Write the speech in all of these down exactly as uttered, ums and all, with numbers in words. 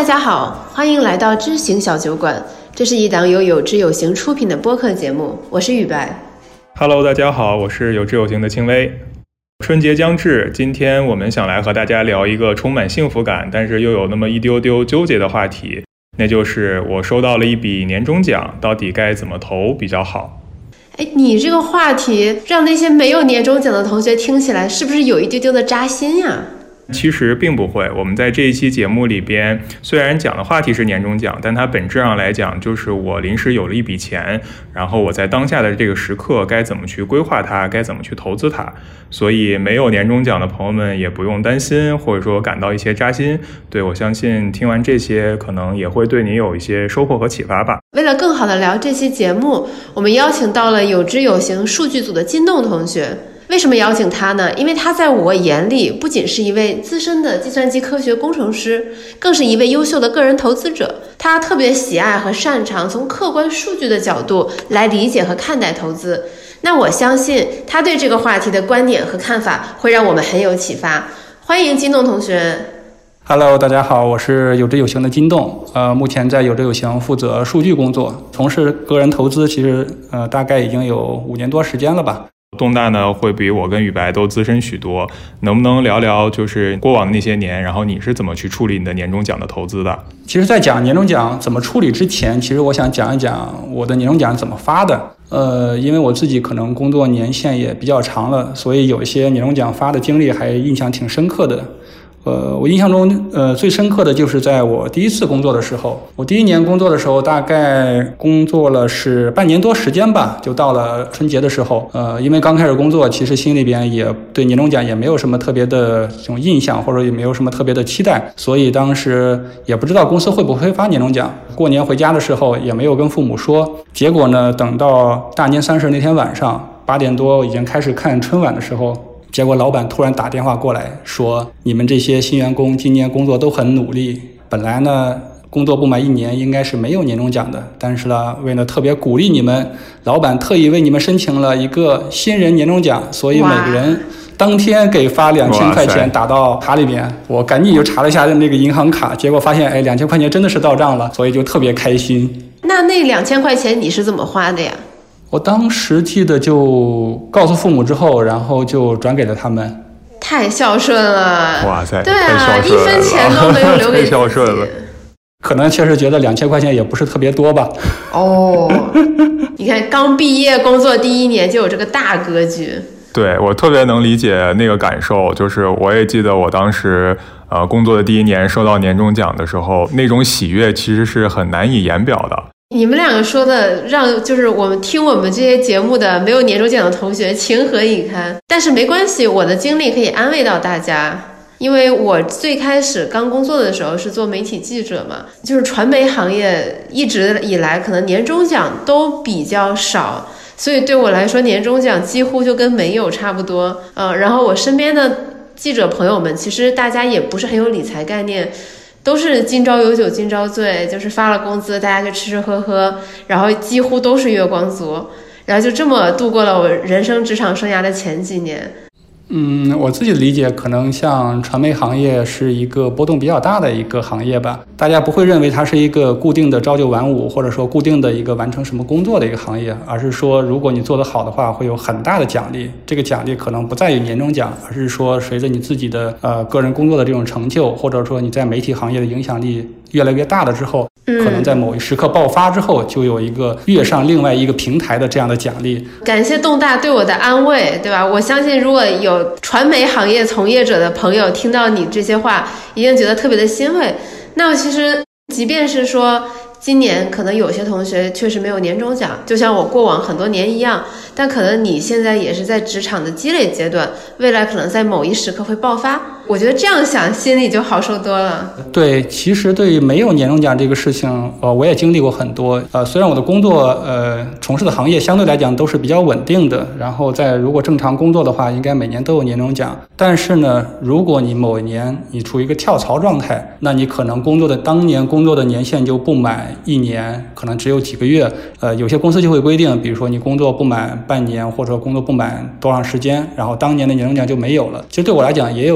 家好，欢迎来到知行小酒馆，这是一档由有知有行出品的播客节目，我是雨白。 Hello， 大家好，我是有知有行的庆微。春节将至，今天我们想来和大家聊一个充满幸福感，但是又有那么一丢丢纠结的话题，那就是我收到了一笔年终奖，到底该怎么投比较好？ 哎，你这个话题让那些没有年终奖的同学听起来是不是有一丢丢的扎心呀？ 其实并不会，我们在这一期节目里边虽然讲的话题是年终奖，但它本质上来讲就是我临时有了一笔钱，然后我在当下的这个时刻该怎么去规划它，该怎么去投资它。所以没有年终奖的朋友们也不用担心，或者说感到一些扎心。对，我相信听完这些可能也会对你有一些收获和启发吧。 为了更好的聊这期节目，我们邀请到了有知有行数据组的金栋同学。为什么邀请他呢？因为他在我眼里不仅是一位资深的计算机科学工程师，更是一位优秀的个人投资者。他特别喜爱和擅长从客观数据的角度来理解和看待投资。那我相信他对这个话题的观点和看法会让我们很有启发。欢迎金栋同学。 Hello， 大家好，我是有知有行的金栋，呃，目前在有知有行负责数据工作，从事个人投资，其实呃大概已经有五年多时间了吧。 栋大呢会比我跟雨白都资深许多，能不能聊聊就是过往的那些年，然后你是怎么去处理你的年终奖的投资的？ 其实在讲年终奖怎么处理之前，其实我想讲一讲我的年终奖怎么发的。呃，因为我自己可能工作年限也比较长了，所以有一些年终奖发的经历还印象挺深刻的。呃，我印象中，呃，最深刻的就是在我第一次工作的时候。我第一年工作的时候，大概工作了是半年多时间吧，就到了春节的时候。呃，因为刚开始工作，其实心里边也对年终奖也没有什么特别的这种印象，或者也没有什么特别的期待，所以当时也不知道公司会不会发年终奖。过年回家的时候也没有跟父母说。结果呢，等到大年三十那天晚上八点多，已经开始看春晚的时候。结果老板突然打电话过来说，你们这些新员工今年工作都很努力，本来呢工作不满一年应该是没有年终奖的，但是呢为了特别鼓励你们，老板特意为你们申请了一个新人年终奖，所以每个人当天给发两千块钱打到卡里边。我赶紧就查了一下那个银行卡，结果发现哎两千块钱真的是到账了，所以就特别开心。 那那两千块钱你是怎么花的呀？ 我当时记得就告诉父母之后，然后就转给了他们。 太孝顺了！ 哇塞， 对啊，一分钱都没有留给自己。 太孝顺了。 可能确实觉得两千块钱也不是特别多吧。 哦，你看刚毕业工作第一年就有这个大格局。 对，我特别能理解那个感受，就是我也记得我当时呃工作的第一年收到年终奖的时候，那种喜悦其实是很难以言表的。 你们两个说的让就是我们听我们这些节目的没有年终奖的同学情何以堪，但是没关系，我的经历可以安慰到大家。因为我最开始刚工作的时候是做媒体记者嘛，就是传媒行业一直以来可能年终奖都比较少，所以对我来说年终奖几乎就跟没有差不多。呃，然后我身边的记者朋友们其实大家也不是很有理财概念，都是今朝有酒今朝醉，就是发了工资大家就吃吃喝喝，然后几乎都是月光族，然后就这么度过了我人生职场生涯的前几年。 嗯，我自己的理解可能像传媒行业是一个波动比较大的一个行业吧，大家不会认为它是一个固定的朝九晚五，或者说固定的一个完成什么工作的一个行业，而是说如果你做得好的话会有很大的奖励。这个奖励可能不在于年终奖，而是说随着你自己的呃个人工作的这种成就，或者说你在媒体行业的影响力越来越大了之后，可能在某一时刻爆发之后，就有一个跃上另外一个平台的这样的奖励。 感谢栋大对我的安慰，对吧？我相信如果有传媒行业从业者的朋友听到你这些话，一定觉得特别的欣慰。那其实即便是说今年可能有些同学确实没有年终奖，就像我过往很多年一样，但可能你现在也是在职场的积累阶段，未来可能在某一时刻会爆发。我觉得这样想心里就好受多了。 对，其实对于没有年终奖这个事情，呃，我也经历过很多。呃，虽然我的工作呃从事的行业相对来讲都是比较稳定的，然后在如果正常工作的话，应该每年都有年终奖。但是呢，如果你某一年你处于一个跳槽状态，那你可能工作的当年工作的年限就不满一年，可能只有几个月。呃，有些公司就会规定，比如说你工作不满半年，或者工作不满多长时间，然后当年的年终奖就没有了。其实对我来讲也有过几次。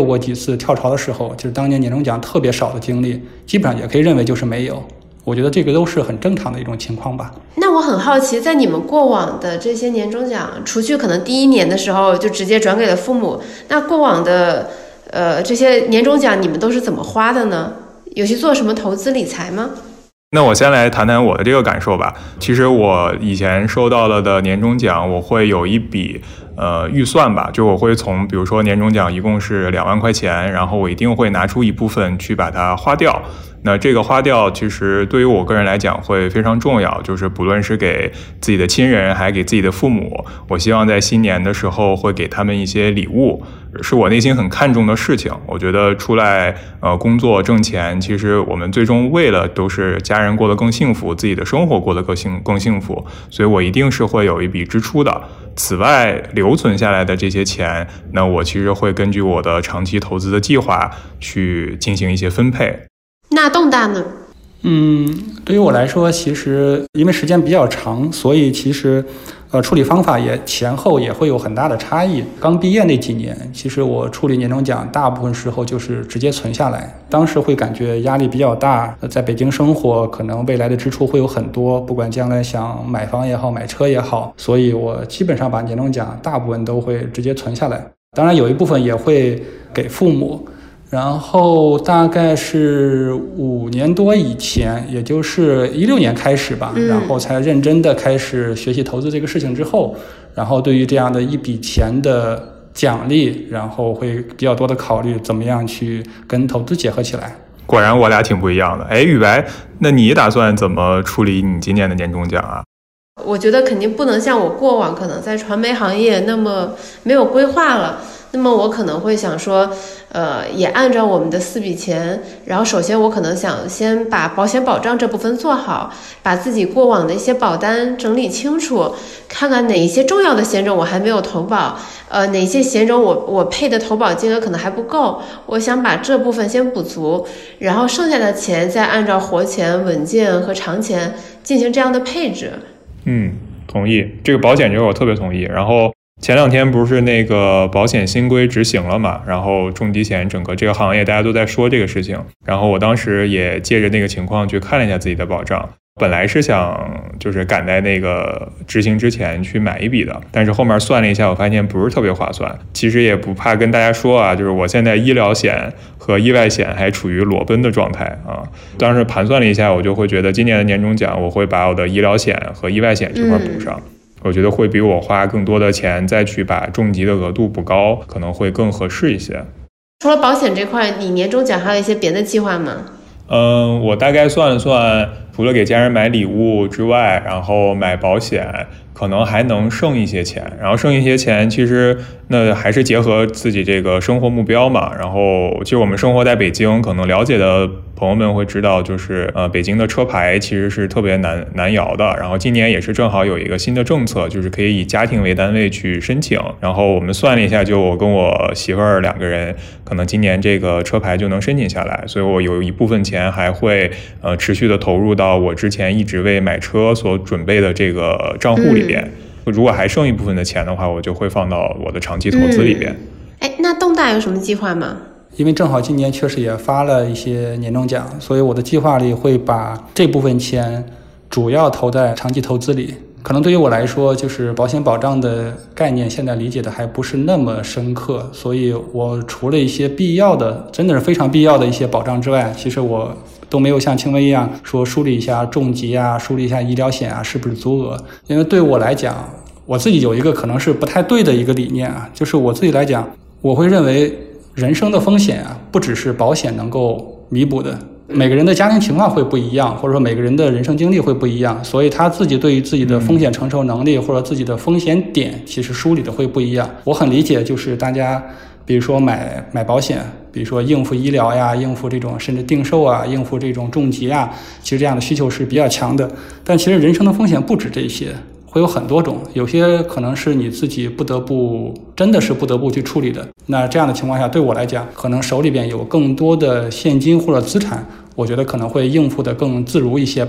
次跳槽的时候，就是当年年终奖特别少的经历，基本上也可以认为就是没有。我觉得这个都是很正常的一种情况吧。 那我很好奇，在你们过往的这些年终奖，除去可能第一年的时候就直接转给了父母，那过往的呃这些年终奖你们都是怎么花的呢？有去做什么投资理财吗？ 那我先来谈谈我的这个感受吧。其实我以前收到了的年终奖，我会有一笔呃预算吧，就我会从比如说年终奖一共是两万块钱，然后我一定会拿出一部分去把它花掉。那这个花掉其实对于我个人来讲会非常重要，就是不论是给自己的亲人还给自己的父母，我希望在新年的时候会给他们一些礼物，是我内心很看重的事情。我觉得出来呃工作挣钱，其实我们最终为了都是家人过得更幸福，自己的生活过得更幸更幸福，所以我一定是会有一笔支出的。此外留存下来的这些钱，那我其实会根据我的长期投资的计划去进行一些分配。 那栋大呢？ 嗯，对于我来说，其实因为时间比较长，所以其实呃处理方法也前后也会有很大的差异。刚毕业那几年，其实我处理年终奖大部分时候就是直接存下来，当时会感觉压力比较大，在北京生活可能未来的支出会有很多，不管将来想买房也好买车也好，所以我基本上把年终奖大部分都会直接存下来，当然有一部分也会给父母。然后大概是五年多以前，也就是一六年开始吧， 嗯、 然后才认真的开始学习投资这个事情之后，然后对于这样的一笔钱的奖励，然后会比较多的考虑怎么样去跟投资结合起来。 果然我俩挺不一样的。哎，宇白，那你打算怎么处理你今年的年终奖啊？ 我觉得肯定不能像我过往可能在传媒行业那么没有规划了。那么我可能会想说，呃，也按照我们的四笔钱，然后首先我可能想先把保险保障这部分做好，把自己过往的一些保单整理清楚，看看哪一些重要的险种我还没有投保，呃，哪些险种我我配的投保金额可能还不够，我想把这部分先补足，然后剩下的钱再按照活钱、稳健和长钱进行这样的配置。 嗯，同意，这个保险这个我特别同意。然后前两天不是那个保险新规执行了嘛，然后重疾险整个这个行业大家都在说这个事情，然后我当时也借着那个情况去看了一下自己的保障，本来是想就是赶在那个执行之前去买一笔的，但是后面算了一下，我发现不是特别划算。其实也不怕跟大家说啊，就是我现在医疗险和意外险还处于裸奔的状态啊。当时盘算了一下，我就会觉得今年的年终奖我会把我的医疗险和意外险这块补上。嗯，我觉得会比我花更多的钱再去把重疾的额度补高可能会更合适一些。 除了保险这块，你年终奖还有一些别的计划吗？ 嗯，我大概算了算，除了给家人买礼物之外，然后买保险可能还能剩一些钱，然后剩一些钱其实那还是结合自己这个生活目标嘛。然后其实我们生活在北京，可能了解的朋友们会知道，就是呃北京的车牌其实是特别难难摇的。然后今年也是正好有一个新的政策，就是可以以家庭为单位去申请。然后我们算了一下，就我跟我媳妇儿两个人，可能今年这个车牌就能申请下来。所以我有一部分钱还会呃持续的投入到我之前一直为买车所准备的这个账户里边。嗯，如果还剩一部分的钱的话，我就会放到我的长期投资里边。 哎、嗯，那东大有什么计划吗？ 因为正好今年确实也发了一些年终奖，所以我的计划里会把这部分钱主要投在长期投资里。可能对于我来说，就是保险保障的概念现在理解的还不是那么深刻，所以我除了一些必要的，真的是非常必要的一些保障之外，其实我都没有像青薇一样说梳理一下重疾啊，梳理一下医疗险啊是不是足额。因为对我来讲，我自己有一个可能是不太对的一个理念啊，就是我自己来讲，我会认为人生的风险啊，不只是保险能够弥补的。每个人的家庭情况会不一样，或者说每个人的人生经历会不一样，所以他自己对于自己的风险承受能力或者自己的风险点其实梳理的会不一样。我很理解，就是大家比如说买买保险，比如说应付医疗呀，应付这种甚至定寿啊，应付这种重疾啊，其实这样的需求是比较强的。但其实人生的风险不止这些，会有很多种，有些可能是你自己不得不真的是不得不去处理的。那这样的情况下，对我来讲，可能手里边有更多的现金或者资产，我觉得可能会应付的更自如一些吧。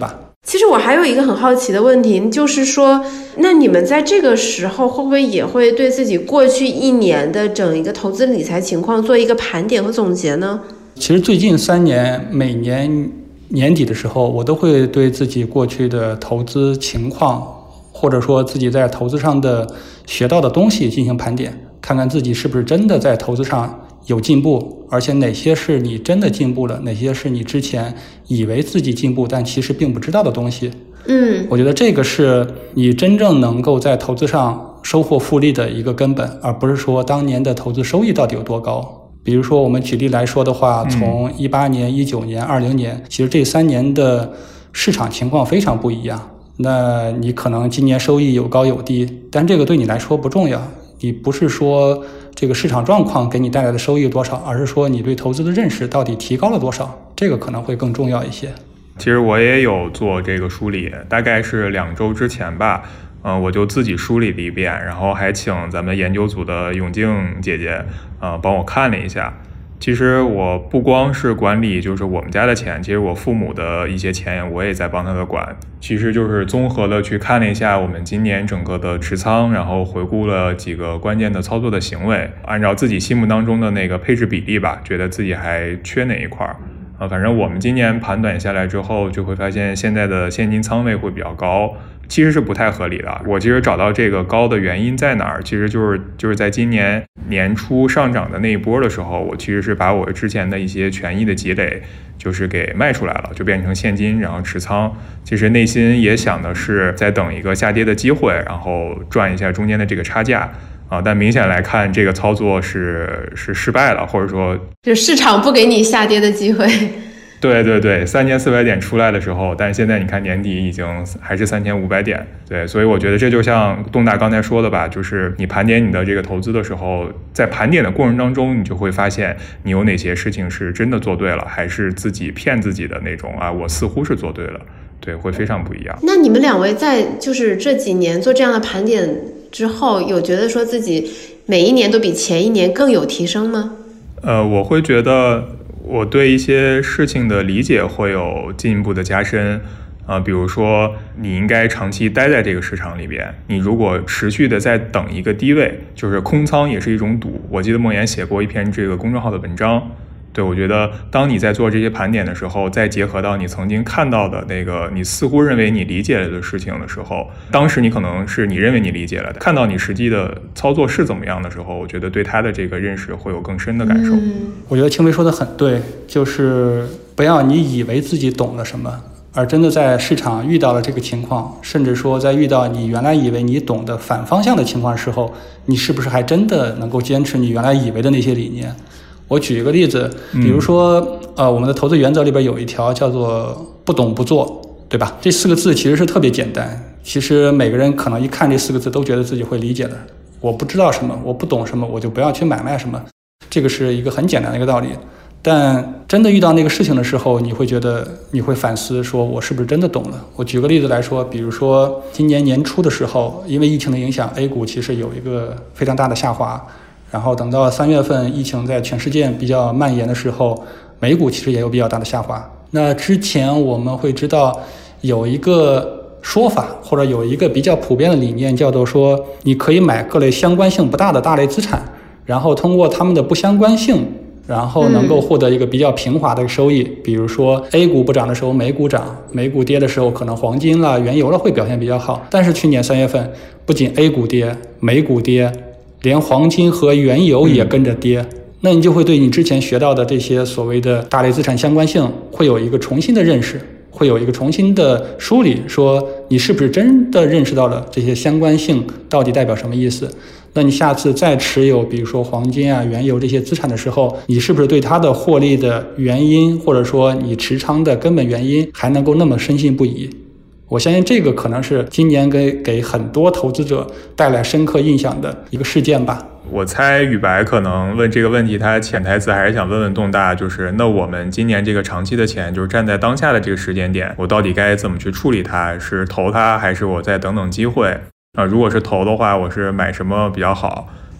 其实我还有一个很好奇的问题，就是说，那你们在这个时候会不会也会对自己过去一年的整一个投资理财情况做一个盘点和总结呢？ 其实最近三年，每年年底的时候，我都会对自己过去的投资情况，或者说自己在投资上的学到的东西进行盘点，看看自己是不是真的在投资上有进步，而且哪些是你真的进步了，哪些是你之前以为自己进步但其实并不知道的东西。 嗯， 我觉得这个是你真正能够在投资上收获复利的一个根本，而不是说当年的投资收益到底有多高。比如说我们举例来说的话，从一八年、一九年、二零年，其实这三年的市场情况非常不一样。那你可能今年收益有高有低，但这个对你来说不重要。你不是说这个市场状况给你带来的收益多少，而是说你对投资的认识到底提高了多少，这个可能会更重要一些。 其实我也有做这个梳理，大概是两周之前吧，嗯、呃，我就自己梳理了一遍，然后还请咱们研究组的永静姐姐，呃，帮我看了一下。其实我不光是管理就是我们家的钱，其实我父母的一些钱我也在帮他们管。其实就是综合的去看了一下我们今年整个的持仓，然后回顾了几个关键的操作的行为，按照自己心目当中的那个配置比例吧，觉得自己还缺哪一块儿。啊，反正我们今年盘短下来之后，就会发现现在的现金仓位会比较高，其实是不太合理的。我其实找到这个高的原因在哪儿，其实就是就是在今年年初上涨的那一波的时候，我其实是把我之前的一些权益的积累就是给卖出来了，就变成现金，然后持仓。其实内心也想的是在等一个下跌的机会，然后赚一下中间的这个差价。啊，但明显来看，这个操作是是失败了，或者说， 就市场不给你下跌的机会。 对对对，三千四百点出来的时候，但现在你看年底已经还是三千五百点，对，所以我觉得这就像东大刚才说的吧，就是你盘点你的这个投资的时候，在盘点的过程当中，你就会发现你有哪些事情是真的做对了，还是自己骗自己的那种啊，我似乎是做对了，对，会非常不一样。 那你们两位在就是这几年做这样的盘点之后，有觉得说自己每一年都比前一年更有提升吗？ 呃，我会觉得我对一些事情的理解会有进一步的加深。呃，比如说你应该长期待在这个市场里边，你如果持续的在等一个低位，就是空仓也是一种赌。我记得梦妍写过一篇这个公众号的文章，对，我觉得当你在做这些盘点的时候，再结合到你曾经看到的那个你似乎认为你理解了的事情的时候，当时你可能是你认为你理解了的，看到你实际的操作是怎么样的时候，我觉得对他的这个认识会有更深的感受。 嗯， 我觉得青梅说的很对，就是不要你以为自己懂了什么，而真的在市场遇到了这个情况，甚至说在遇到你原来以为你懂的反方向的情况的时候，你是不是还真的能够坚持你原来以为的那些理念。我举一个例子，比如说、嗯、呃，我们的投资原则里边有一条叫做不懂不做，对吧？这四个字其实是特别简单，其实每个人可能一看这四个字都觉得自己会理解的。我不知道什么，我不懂什么，我就不要去买卖什么，这个是一个很简单的一个道理。但真的遇到那个事情的时候，你会觉得你会反思说我是不是真的懂了。我举个例子来说，比如说今年年初的时候，因为疫情的影响， A 股其实有一个非常大的下滑，然后等到三月份疫情在全世界比较蔓延的时候，美股其实也有比较大的下滑。那之前我们会知道有一个说法，或者有一个比较普遍的理念，叫做说你可以买各类相关性不大的大类资产，然后通过它们的不相关性，然后能够获得一个比较平滑的收益、嗯、比如说 A 股不涨的时候美股涨，美股跌的时候可能黄金啦原油啦会表现比较好。但是去年三月份不仅 A 股跌，美股跌，连黄金和原油也跟着跌、嗯、那你就会对你之前学到的这些所谓的大类资产相关性会有一个重新的认识，会有一个重新的梳理，说你是不是真的认识到了这些相关性到底代表什么意思。那你下次再持有比如说黄金啊原油这些资产的时候，你是不是对它的获利的原因，或者说你持仓的根本原因还能够那么深信不疑。我相信这个可能是今年给给很多投资者带来深刻印象的一个事件吧。 我猜宇白可能问这个问题，他潜台词还是想问问东大，就是那我们今年这个长期的钱，就是站在当下的这个时间点，我到底该怎么去处理它？是投它，还是我再等等机会？啊、呃，如果是投的话，我是买什么比较好？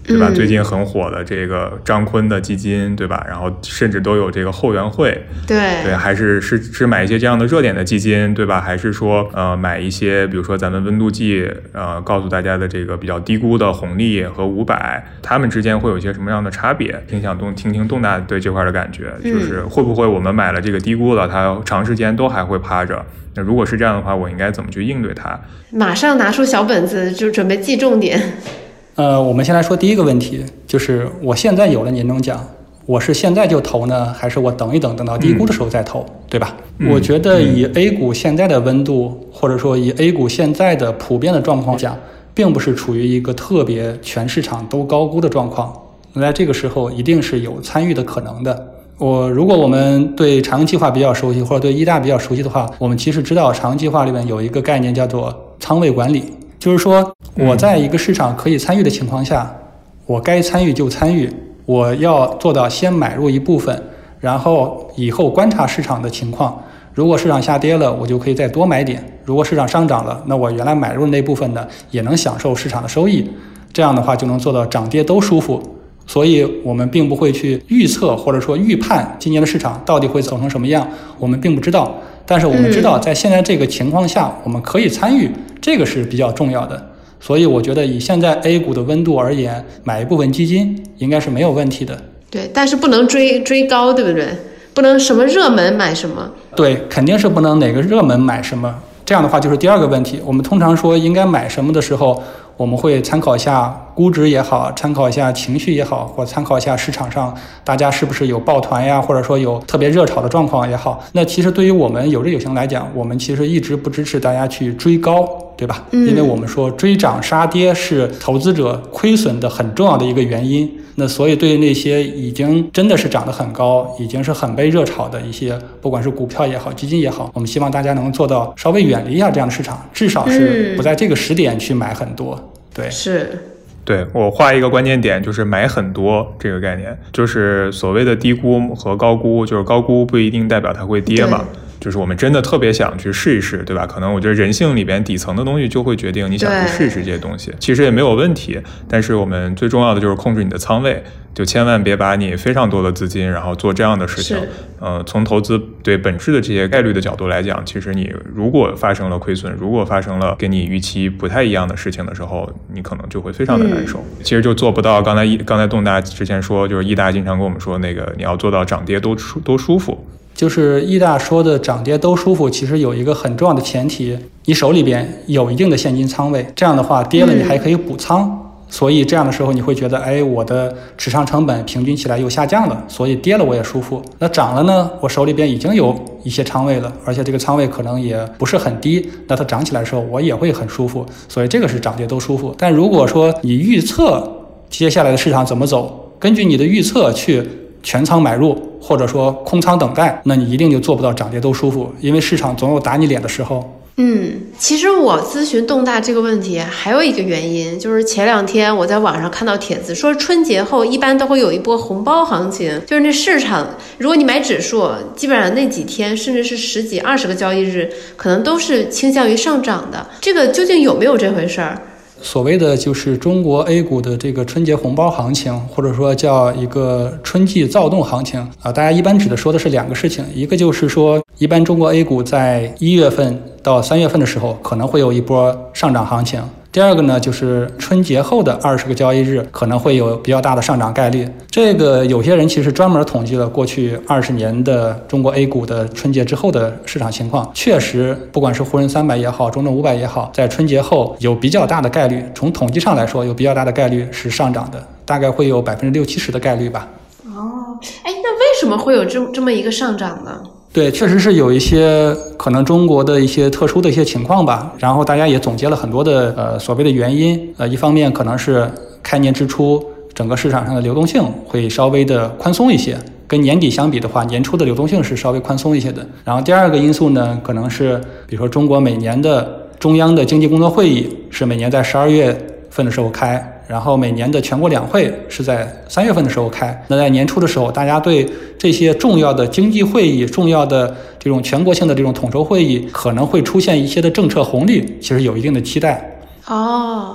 对吧？ 嗯、 最近很火的这个张坤的基金，对吧？然后甚至都有这个后援会， 对对，还是是是买一些这样的热点的基金，对吧？还是说呃买一些，比如说咱们温度计，呃，告诉大家的这个比较低估的红利和五百，它们之间会有一些什么样的差别？挺想动听听东大对这块的感觉，就是会不会我们买了这个低估了，它长时间都还会趴着？那如果是这样的话，我应该怎么去应对它？ 马上拿出小本子就准备记重点。 呃，我们先来说第一个问题，就是我现在有了年终奖，我是现在就投呢，还是我等一等，等到低估的时候再投，嗯、对吧？嗯、我觉得以 A 股现在的温度，或者说以 A 股现在的普遍的状况讲，并不是处于一个特别全市场都高估的状况。那在这个时候，一定是有参与的可能的。我如果我们对长盈计划比较熟悉，或者对一大比较熟悉的话，我们其实知道长盈计划里面有一个概念叫做仓位管理。就是说我在一个市场可以参与的情况下，我该参与就参与，我要做到先买入一部分，然后以后观察市场的情况，如果市场下跌了，我就可以再多买点，如果市场上涨了，那我原来买入的那部分呢也能享受市场的收益，这样的话就能做到涨跌都舒服。所以我们并不会去预测或者说预判今年的市场到底会走成什么样，我们并不知道，但是我们知道在现在这个情况下，我们可以参与，这个是比较重要的。所以我觉得以现在 A 股的温度而言，买一部分基金应该是没有问题的。 对，但是不能追追高，对不对？不能什么热门买什么。 对，肯定是不能哪个热门买什么。这样的话就是第二个问题。我们通常说应该买什么的时候，我们会参考一下估值也好，参考一下情绪也好，或参考一下市场上大家是不是有抱团呀，或者说有特别热炒的状况也好。那其实对于我们有志有行来讲，我们其实一直不支持大家去追高，对吧？嗯、因为我们说追涨杀跌是投资者亏损的很重要的一个原因。那所以对于那些已经真的是涨得很高，已经是很被热炒的一些，不管是股票也好，基金也好，我们希望大家能做到稍微远离一下这样的市场，至少是不在这个时点去买很多。嗯、对， 是。 对，我画一个关键点，就是买很多这个概念，就是所谓的低估和高估，就是高估不一定代表它会跌嘛。就是我们真的特别想去试一试，对吧？可能我觉得人性里边底层的东西就会决定你想去试一试这些东西，其实也没有问题。但是我们最重要的就是控制你的仓位，就千万别把你非常多的资金然后做这样的事情。呃，从投资对本质的这些概率的角度来讲，其实你如果发生了亏损，如果发生了跟你预期不太一样的事情的时候，你可能就会非常的难受。嗯、其实就做不到刚才刚才东大之前说，就是易大经常跟我们说那个你要做到涨跌都都舒服。 就是易大说的涨跌都舒服，其实有一个很重要的前提，你手里边有一定的现金仓位，这样的话跌了你还可以补仓，嗯、所以这样的时候你会觉得，哎，我的持仓成本平均起来又下降了，所以跌了我也舒服。那涨了呢，我手里边已经有一些仓位了，而且这个仓位可能也不是很低，那它涨起来的时候我也会很舒服，所以这个是涨跌都舒服。但如果说你预测接下来的市场怎么走，根据你的预测去全仓买入，或者说空仓等待，那你一定就做不到涨跌都舒服，因为市场总有打你脸的时候。 嗯，其实我咨询东大这个问题还有一个原因，就是前两天我在网上看到帖子说，春节后一般都会有一波红包行情，就是那市场，如果你买指数，基本上那几天甚至是十几二十个交易日，可能都是倾向于上涨的。这个究竟有没有这回事儿？ 所谓的就是中国 A 股的这个春节红包行情，或者说叫一个春季躁动行情啊，大家一般指的说的是两个事情，一个就是说，一般中国 A 股在一月份到三月份的时候可能会有一波上涨行情。第二个呢，就是春节后的二十个交易日可能会有比较大的上涨概率。这个有些人其实专门统计了过去二十年的中国 A 股的春节之后的市场情况，确实不管是沪深三百也好，中证五百也好，在春节后有比较大的概率，从统计上来说有比较大的概率是上涨的，大概会有百分之六七十的概率吧。 哦，哎，那为什么会有这这么一个上涨呢？ 对，确实是有一些可能中国的一些特殊的一些情况吧，然后大家也总结了很多的呃所谓的原因，呃，一方面可能是开年之初整个市场上的流动性会稍微的宽松一些，跟年底相比的话，年初的流动性是稍微宽松一些的。然后第二个因素呢，可能是比如说中国每年的中央的经济工作会议是每年在十二月份的时候开。然后每年的全国两会是在三月份的时候开，那在年初的时候，大家对这些重要的经济会议、重要的这种全国性的这种统筹会议，可能会出现一些的政策红利，其实有一定的期待。 哦，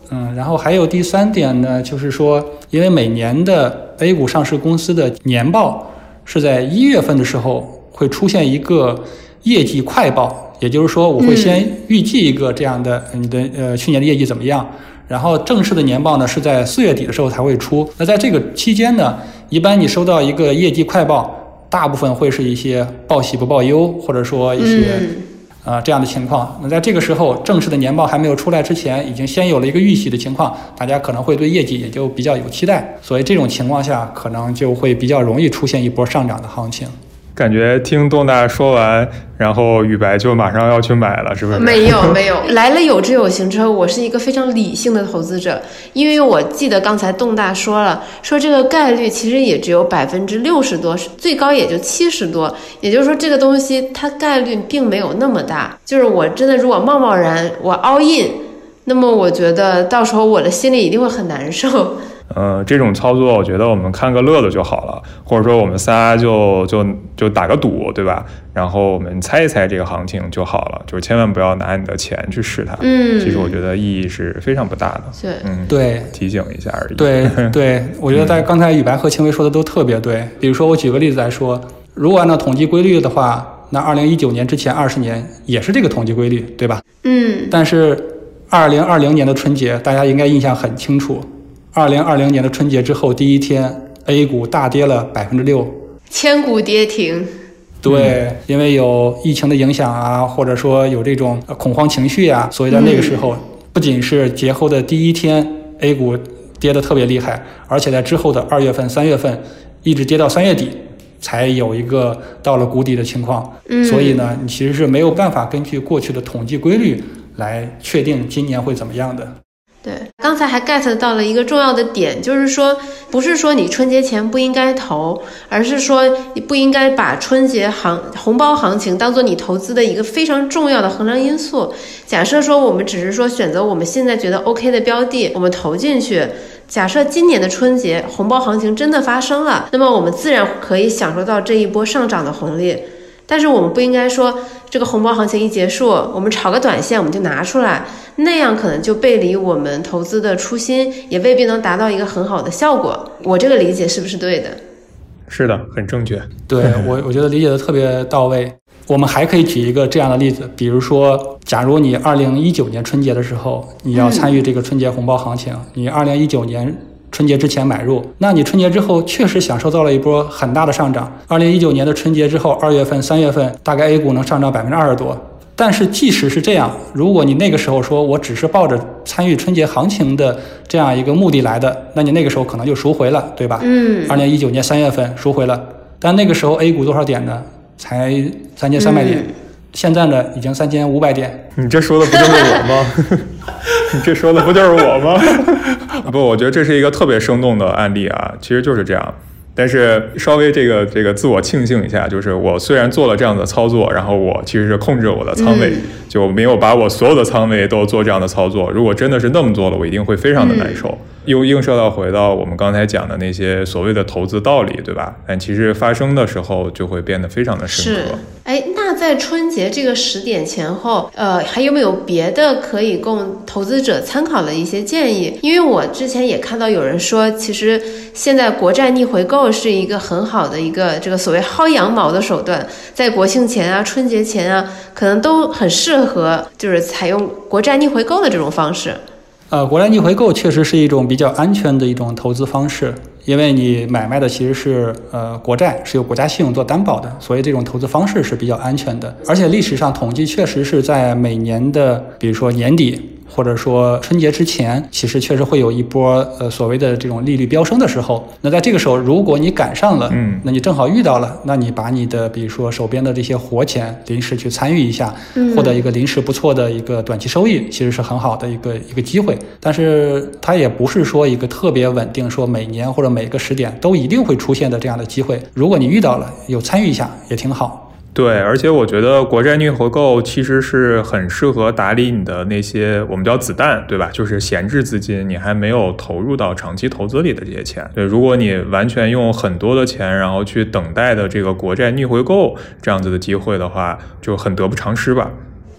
嗯，然后还有第三点呢，就是说，因为每年的 A 股上市公司的年报是在一月份的时候会出现一个业绩快报，也就是说，我会先预计一个这样的、嗯、你的呃去年的业绩怎么样，然后正式的年报呢是在四月底的时候才会出。那在这个期间呢，一般你收到一个业绩快报，大部分会是一些报喜不报忧，或者说一些、嗯呃，这样的情况。那在这个时候，正式的年报还没有出来之前，已经先有了一个预喜的情况，大家可能会对业绩也就比较有期待，所以这种情况下，可能就会比较容易出现一波上涨的行情。 感觉听东大说完，然后宇白就马上要去买了，是不是？ 没有没有，来了有知有行之后，我是一个非常理性的投资者，因为我记得刚才东大说了，说这个概率其实也只有百分之六十多，最高也就七十多，也就是说这个东西它概率并没有那么大。就是我真的如果贸贸然我 all in， 那么我觉得到时候我的心里一定会很难受。 呃，这种操作我觉得我们看个乐子就好了，或者说我们仨就就就打个赌，对吧？然后我们猜一猜这个行情就好了，就是千万不要拿你的钱去试它。嗯，其实我觉得意义是非常不大的。 对， 嗯， 对， 提醒一下而已。 对对，我觉得在刚才宇白和青薇说的都特别对。比如说，我举个例子来说，如果按照统计规律的话，那二零一九年之前二十年也是这个统计规律，对吧？ 嗯。 但是二零二零年的春节，大家应该印象很清楚。二零二零年的春节之后第一天 A 股大跌了百分之六， 千股跌停。 对、嗯，因为有疫情的影响啊，或者说有这种恐慌情绪啊，所以在那个时候、嗯、不仅是节后的第一天 A 股跌得特别厉害，而且在之后的二月份三月份一直跌到三月底才有一个到了谷底的情况、嗯、所以呢你其实是没有办法根据过去的统计规律来确定今年会怎么样的。 对，刚才还 get 到了一个重要的点，就是说不是说你春节前不应该投，而是说你不应该把春节行红包行情当做你投资的一个非常重要的衡量因素。假设说我们只是说选择我们现在觉得 OK 的标的，我们投进去，假设今年的春节红包行情真的发生了，那么我们自然可以享受到这一波上涨的红利。但是我们不应该说这个红包行情一结束，我们炒个短线我们就拿出来，那样可能就背离我们投资的初心，也未必能达到一个很好的效果。我这个理解是不是对的？ 是的，很正确。 对，我我觉得理解的特别到位。我们还可以举一个这样的例子，比如说假如你二零一九年春节的时候你要参与这个春节红包行情、嗯、你二零一九年春节之前买入，那你春节之后确实享受到了一波很大的上涨。二零一九年的春节之后，二月份、三月份，大概 A 股能上涨百分之二十多。但是即使是这样，如果你那个时候说我只是抱着参与春节行情的这样一个目的来的，那你那个时候可能就赎回了，对吧？嗯。二零一九年三月份赎回了，但那个时候 A 股多少点呢？才三千三百点。嗯，现在呢，已经三千五百点。 你这说的不就是我吗？你这说的不就是我吗？不，我觉得这是一个特别生动的案例啊，其实就是这样。但是稍微这个这个自我庆幸一下，就是我虽然做了这样的操作，然后我其实是控制我的仓位、嗯、就没有把我所有的仓位都做这样的操作。如果真的是那么做了，我一定会非常的难受。嗯，又映射到回到我们刚才讲的那些所谓的投资道理，对吧？但其实发生的时候就会变得非常的深刻。 哎，那在春节这个时点前后，呃，还有没有别的可以供投资者参考的一些建议？因为我之前也看到有人说，其实现在国债逆回购是一个很好的一个这个所谓薅羊毛的手段，在国庆前啊、春节前啊，可能都很适合，就是采用国债逆回购的这种方式。 呃，国债逆回购确实是一种比较安全的一种投资方式，因为你买卖的其实是呃国债，是由国家信用做担保的，所以这种投资方式是比较安全的。而且历史上统计确实是在每年的比如说年底或者说春节之前，其实确实会有一波呃所谓的这种利率飙升的时候。那在这个时候，如果你赶上了，嗯，那你正好遇到了，那你把你的比如说手边的这些活钱临时去参与一下，嗯，获得一个临时不错的一个短期收益，其实是很好的一个一个机会。但是它也不是说一个特别稳定，说每年或者每个时点都一定会出现的这样的机会。如果你遇到了，有参与一下也挺好。 对，而且我觉得国债逆回购其实是很适合打理你的那些我们叫子弹，对吧？就是闲置资金，你还没有投入到长期投资里的这些钱。对，如果你完全用很多的钱，然后去等待的这个国债逆回购这样子的机会的话，就很得不偿失吧。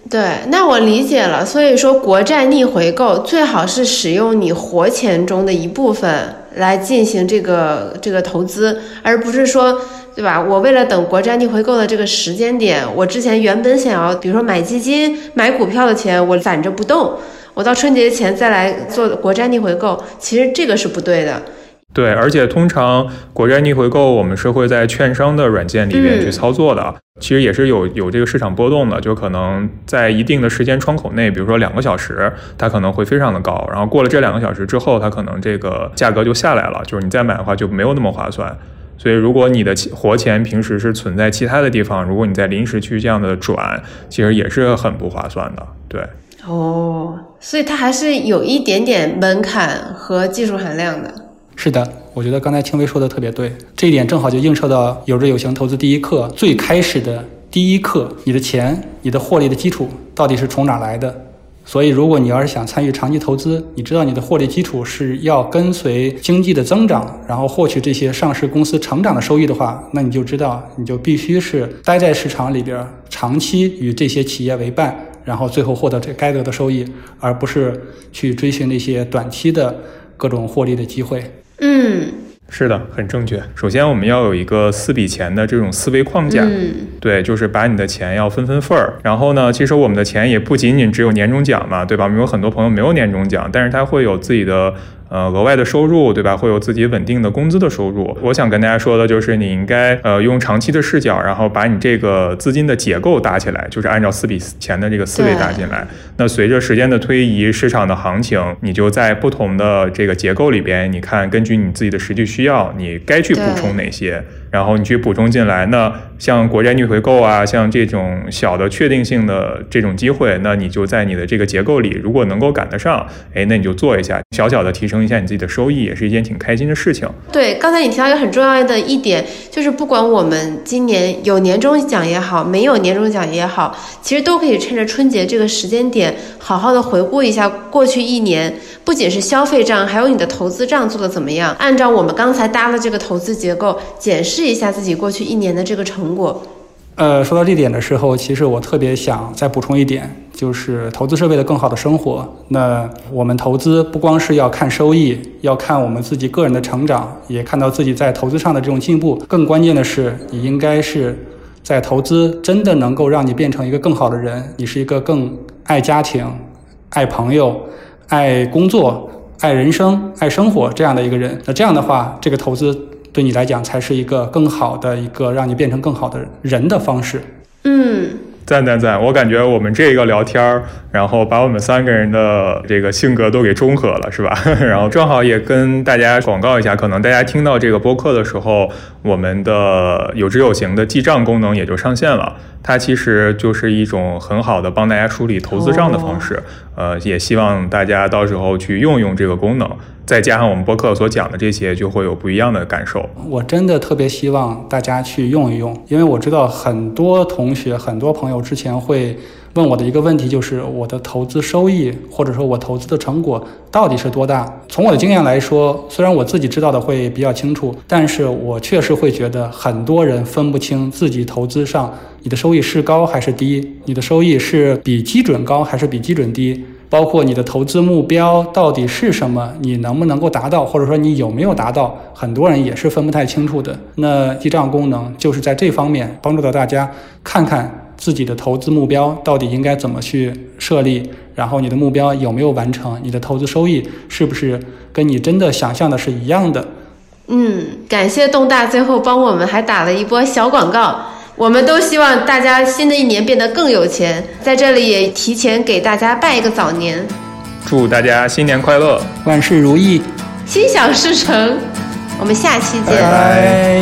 对，那我理解了。所以说国债逆回购最好是使用你活钱中的一部分来进行这个这个投资，而不是说，对吧？我为了等国债逆回购的这个时间点，我之前原本想要比如说买基金买股票的钱我攒着不动，我到春节前再来做国债逆回购，其实这个是不对的。 对，而且通常国债逆回购我们是会在券商的软件里面去操作的、嗯、其实也是有有这个市场波动的，就可能在一定的时间窗口内，比如说两个小时它可能会非常的高，然后过了这两个小时之后它可能这个价格就下来了，就是你再买的话就没有那么划算。所以如果你的活钱平时是存在其他的地方，如果你在临时去这样的转，其实也是很不划算的。对， 哦，所以它还是有一点点门槛和技术含量的。 是的，我觉得刚才青薇说的特别对，这一点正好就映射到有志有行投资第一课最开始的第一课，你的钱，你的获利的基础到底是从哪来的。所以如果你要是想参与长期投资，你知道你的获利基础是要跟随经济的增长，然后获取这些上市公司成长的收益的话，那你就知道你就必须是待在市场里边，长期与这些企业为伴，然后最后获得这该得的收益，而不是去追寻那些短期的各种获利的机会。 嗯， 是的，很正确。首先我们要有一个四笔钱的这种思维框架、 嗯、 对，就是把你的钱要分分份儿。然后呢，其实我们的钱也不仅仅只有年终奖嘛，对吧？我们有很多朋友没有年终奖，但是他会有自己的呃额外的收入，对吧？会有自己稳定的工资的收入。我想跟大家说的就是你应该呃用长期的视角，然后把你这个资金的结构搭起来，就是按照四笔钱的这个思维搭进来。那随着时间的推移，市场的行情，你就在不同的这个结构里边，你看根据你自己的实际需要，你该去补充哪些，然后你去补充进来。那像国债逆回购啊，像这种小的确定性的这种机会，那你就在你的这个结构里，如果能够赶得上，哎，那你就做一下，小小的提升一下你自己的收益，也是一件挺开心的事情。 对，刚才你提到一个很重要的一点，就是不管我们今年有年终奖也好，没有年终奖也好，其实都可以趁着春节这个时间点，好好的回顾一下过去一年，不仅是消费账，还有你的投资账做的怎么样，按照我们刚才搭的这个投资结构，检视一下自己过去一年的这个成果。 呃，说到这点的时候，其实我特别想再补充一点，就是投资是为了更好的生活。那我们投资不光是要看收益，要看我们自己个人的成长，也看到自己在投资上的这种进步。更关键的是，你应该是在投资真的能够让你变成一个更好的人，你是一个更爱家庭、爱朋友、爱工作、爱人生、爱生活这样的一个人。那这样的话，这个投资对你来讲才是一个更好的一个让你变成更好的人的方式。 嗯， 赞赞赞！我感觉我们这个聊天，然后把我们三个人的这个性格都给中和了，是吧？然后正好也跟大家广告一下，可能大家听到这个播客的时候，我们的有知有行的记账功能也就上线了。它其实就是一种很好的帮大家梳理投资账的方式，哦、呃，也希望大家到时候去用用这个功能，再加上我们播客所讲的这些，就会有不一样的感受。 我真的特别希望大家去用一用，因为我知道很多同学、很多朋友之前会问我的一个问题，就是我的投资收益或者说我投资的成果到底是多大。从我的经验来说，虽然我自己知道的会比较清楚，但是我确实会觉得很多人分不清自己投资上你的收益是高还是低，你的收益是比基准高还是比基准低，包括你的投资目标到底是什么，你能不能够达到，或者说你有没有达到，很多人也是分不太清楚的。那记账功能就是在这方面帮助到大家看看自己的投资目标到底应该怎么去设立，然后你的目标有没有完成，你的投资收益是不是跟你真的想象的是一样的。 嗯，感谢东大最后帮我们还打了一波小广告。我们都希望大家新的一年变得更有钱，在这里也提前给大家拜一个早年， 祝大家新年快乐， 万事如意， 心想事成。我们下期见， 拜拜。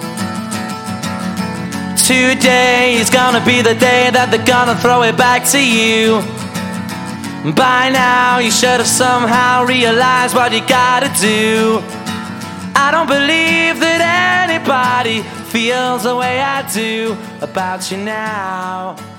Today is gonna be the day that they're gonna throw it back to you. By now you should have somehow realized what you gotta do. I don't believe that anybody feels the way I do about you now.